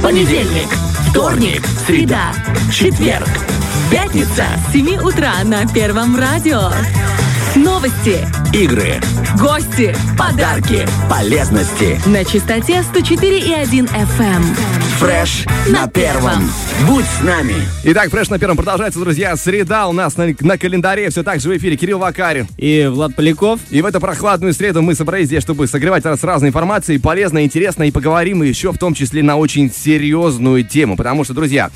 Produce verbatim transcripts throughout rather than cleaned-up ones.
Понедельник, вторник, среда, четверг, пятница. С семи утра на Первом радио. Новости, Игры, гости, подарки, полезности. на частоте сто четыре и один эф эм. Фреш на первом. Будь с нами. Итак, Фреш на первом продолжается, друзья. Среда у нас на, на календаре. Все так же в эфире Кирилл Вакарин. И Влад Поляков. И в эту прохладную среду мы собрались здесь, чтобы согревать вас разной информацией, полезной, интересной. И поговорим еще в том числе на очень серьезную тему. Потому что, друзья,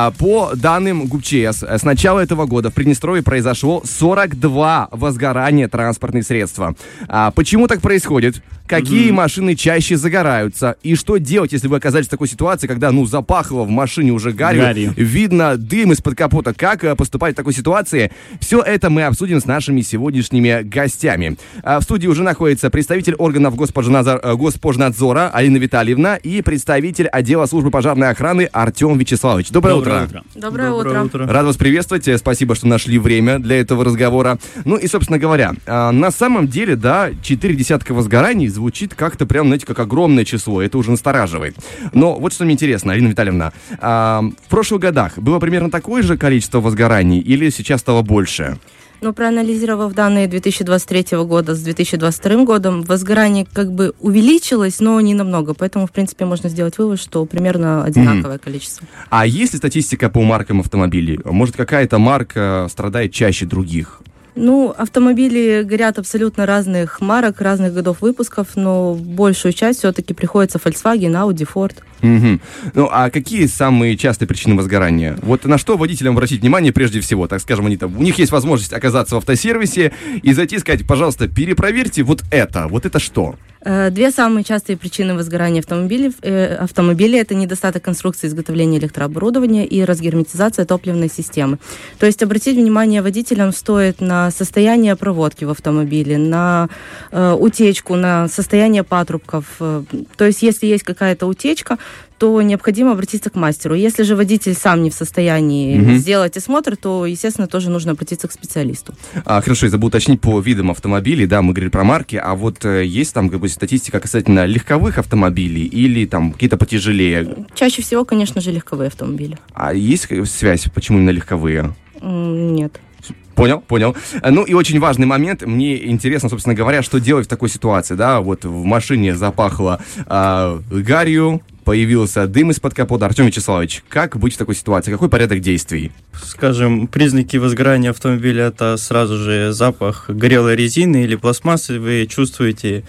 по данным ГУПЧС, с начала этого года в Приднестровье произошло сорок два возгорания транспортных средств. Почему так происходит? Какие mm-hmm. машины чаще загораются? И что делать, если вы оказались в такой ситуации, когда, ну, запахло в машине уже гарью, Гарью. видно дым из-под капота? Как поступать в такой ситуации? Все это мы обсудим с нашими сегодняшними гостями. В студии уже находится представитель органов Госпожнадзора, Госпожнадзора Алина Витальевна и представитель отдела службы пожарной охраны Артем Вячеславович. Доброе, Доброе утро. утро. Доброе, Доброе утро. утро. Рад вас приветствовать. Спасибо, что нашли время для этого разговора. Ну и, собственно говоря, на самом деле, да, четыре десятка возгораний звучит как-то прям, знаете, как огромное число. Это уже настораживает. Но вот что мне интересно, Алина Витальевна. В прошлых годах было примерно такое же количество возгораний или сейчас стало больше? Но проанализировав данные две тысячи двадцать третьего года с две тысячи двадцать вторым годом, возгорание как бы увеличилось, но не намного. Поэтому, в принципе, можно сделать вывод, что примерно одинаковое mm-hmm. количество. А есть ли статистика по маркам автомобилей? Может, какая-то марка страдает чаще других? Ну, автомобили горят абсолютно разных марок, разных годов выпусков, но большую часть все-таки приходится Volkswagen, Audi, Ford. Угу. Ну, а какие самые частые причины возгорания? Вот на что водителям обратить внимание прежде всего? Так скажем, они там, у них есть возможность оказаться в автосервисе и зайти и сказать, пожалуйста, перепроверьте вот это. Вот это что? Две самые частые причины возгорания автомобилей, э, автомобилей – это недостаток конструкции изготовления электрооборудования и разгерметизация топливной системы. То есть обратить внимание водителям стоит на состояние проводки в автомобиле, на э, утечку, на состояние патрубков. То есть если есть какая-то утечка, то необходимо обратиться к мастеру. Если же водитель сам не в состоянии mm-hmm. сделать осмотр, то, естественно, тоже нужно обратиться к специалисту. А, хорошо, я забыл уточнить по видам автомобилей, да, мы говорили про марки, а вот э, есть там как бы статистика касательно легковых автомобилей или там какие-то потяжелее? Чаще всего, конечно же, легковые автомобили. А есть связь, почему именно легковые? Mm, нет. Понял, понял. Ну и очень важный момент. Мне интересно, собственно говоря, что делать в такой ситуации, да? Вот в машине запахло э, гарью, появился дым из-под капота. Артем Вячеславович, как быть в такой ситуации? Какой порядок действий? Скажем, признаки возгорания автомобиля – это сразу же запах горелой резины или пластмассы вы чувствуете,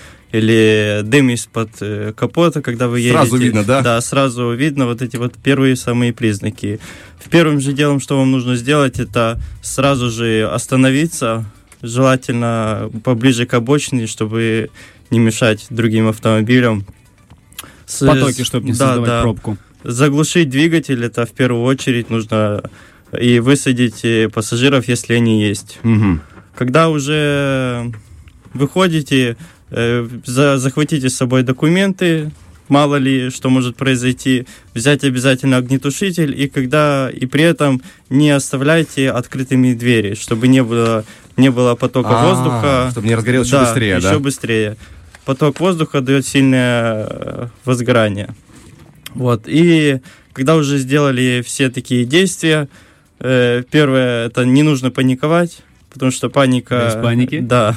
или дым из-под капота, когда вы едете. Сразу видно, да? Да, сразу видно вот эти вот первые самые признаки. Первым же делом, что вам нужно сделать, это сразу же остановиться, желательно поближе к обочине, чтобы не мешать другим автомобилям. В потоке, чтобы не создавать да, да. пробку. Заглушить двигатель, это в первую очередь нужно, и высадить пассажиров, если они есть. Угу. Когда уже выходите, э, за, захватите с собой документы, мало ли что может произойти, взять обязательно огнетушитель, и когда и при этом не оставляйте открытыми двери, чтобы не было, не было потока А-а-а, воздуха. Чтобы не разгорелось да, еще быстрее, еще да? еще быстрее. Поток воздуха дает сильное возгорание. Вот. И когда уже сделали все такие действия, э, первое, это не нужно паниковать, потому что паника... Без паники? Да.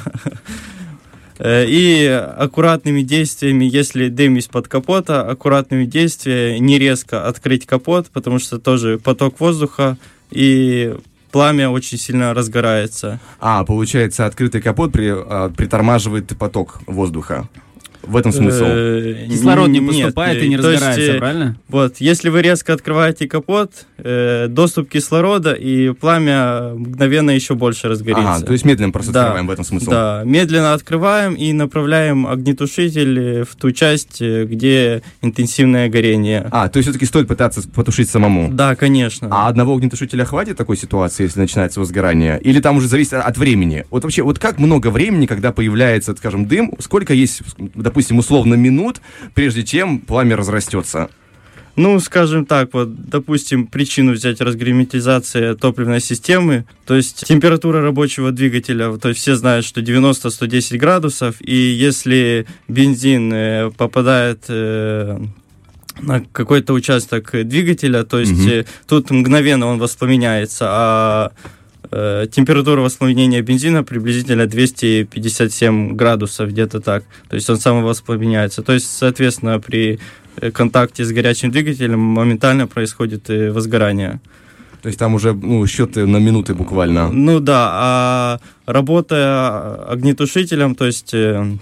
И аккуратными действиями, если дым из-под капота, аккуратными действиями не резко открыть капот, потому что тоже поток воздуха и пламя очень сильно разгорается. А, получается, открытый капот при, а, притормаживает поток воздуха. В этом смысл. Кислород не поступает Нет, и не разгорается, есть, правильно? Вот, если вы резко открываете капот, э, доступ кислорода и пламя мгновенно еще больше разгорится. Ага, то есть медленно просто да, открываем, в этом смысл. Да, медленно открываем и направляем огнетушитель в ту часть, где интенсивное горение. А, то есть все-таки стоит пытаться потушить самому? Да, конечно. А одного огнетушителя хватит такой ситуации, если начинается возгорание? Или там уже зависит от времени? Вот вообще, вот как много времени, когда появляется, скажем, дым, сколько есть, допустим, условно минут, прежде чем пламя разрастется? Ну, скажем так, вот, допустим, причину взять разгерметизация топливной системы, то есть температура рабочего двигателя, то есть все знают, что девяносто - сто десять градусов, и если бензин э, попадает э, на какой-то участок двигателя, то есть угу. тут мгновенно он воспламеняется, а э, температура воспламенения бензина приблизительно двести пятьдесят семь градусов, где-то так, то есть он самовоспламеняется. То есть, соответственно, при контакте с горячим двигателем моментально происходит возгорание. То есть там уже ну, счеты на минуты буквально. Ну да, а работая огнетушителем, то есть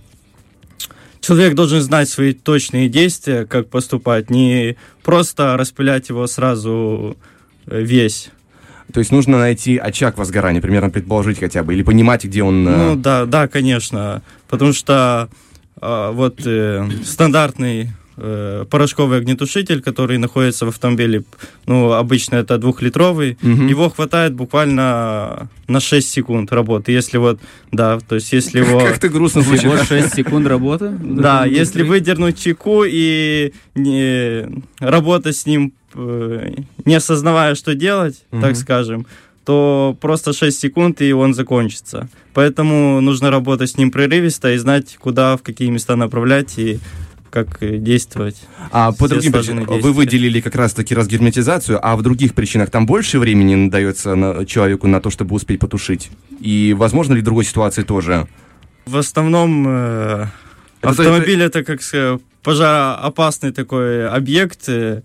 человек должен знать свои точные действия, как поступать, не просто распылять его сразу весь. То есть нужно найти очаг возгорания, примерно предположить хотя бы, или понимать, где он... Ну да, да, конечно, потому что э, вот э, стандартный э, порошковый огнетушитель, который находится в автомобиле, ну, обычно это двухлитровый, угу. его хватает буквально на шесть секунд работы. Если вот, да, то есть если его... Как-то грустно звучит. Вот шесть секунд работы? Да, если выдернуть чеку и не, работать с ним, не осознавая, что делать, угу. так скажем, то просто шесть секунд, и он закончится. Поэтому нужно работать с ним прерывисто и знать, куда, в какие места направлять и как действовать. А по другим причинам вы выделили как раз-таки разгерметизацию, а в других причинах там больше времени дается на, человеку на то, чтобы успеть потушить? И возможно ли в другой ситуации тоже? В основном э, автомобиль это, это как сказать, пожароопасный такой объект, э,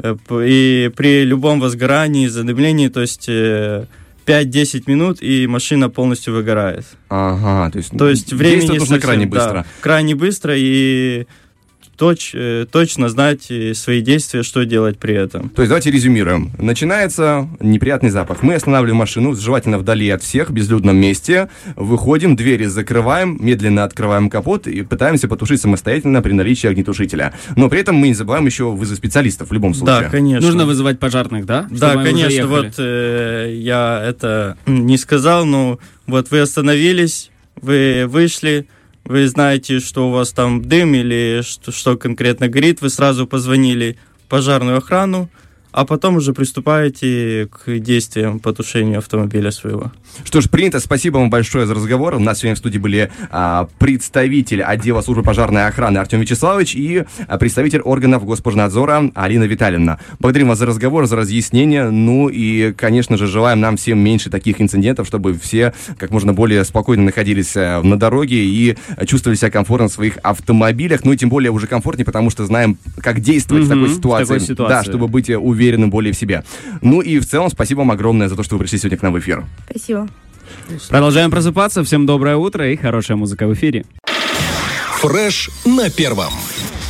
и при любом возгорании, задымлении, то есть э, пять-десять минут, и машина полностью выгорает. Ага, то есть, то есть времени нужно совсем, крайне быстро. Да, крайне быстро, и Точ, точно знать свои действия, что делать при этом. То есть давайте резюмируем. Начинается неприятный запах. Мы останавливаем машину, желательно вдали от всех, в безлюдном месте. Выходим, двери закрываем, медленно открываем капот и пытаемся потушить самостоятельно при наличии огнетушителя. Но при этом мы не забываем еще вызвать специалистов в любом случае. Да, конечно. Нужно вызывать пожарных, да? Да, чтобы конечно. Вот э, я это не сказал, но вот вы остановились, вы вышли, вы знаете, что у вас там дым или что, что конкретно горит, вы сразу позвонили в пожарную охрану, а потом уже приступаете к действиям по тушению автомобиля своего. Что ж, принято. Спасибо вам большое за разговор. У нас сегодня в студии были а, представитель отдела службы пожарной охраны Артем Вячеславович и а, представитель органов Госпожнадзора Алина Витальевна. Благодарим вас за разговор, за разъяснение. Ну и, конечно же, желаем нам всем меньше таких инцидентов, чтобы все как можно более спокойно находились а, на дороге и а, чувствовали себя комфортно в своих автомобилях. Ну и тем более уже комфортнее, потому что знаем, как действовать mm-hmm, в такой ситуации. В такой ситуации. Да, чтобы быть уверенным. уверенным более в себе. Ну и в целом спасибо вам огромное за то, что вы пришли сегодня к нам в эфир. Спасибо. Продолжаем просыпаться. Всем доброе утро и хорошая музыка в эфире. Фреш на первом.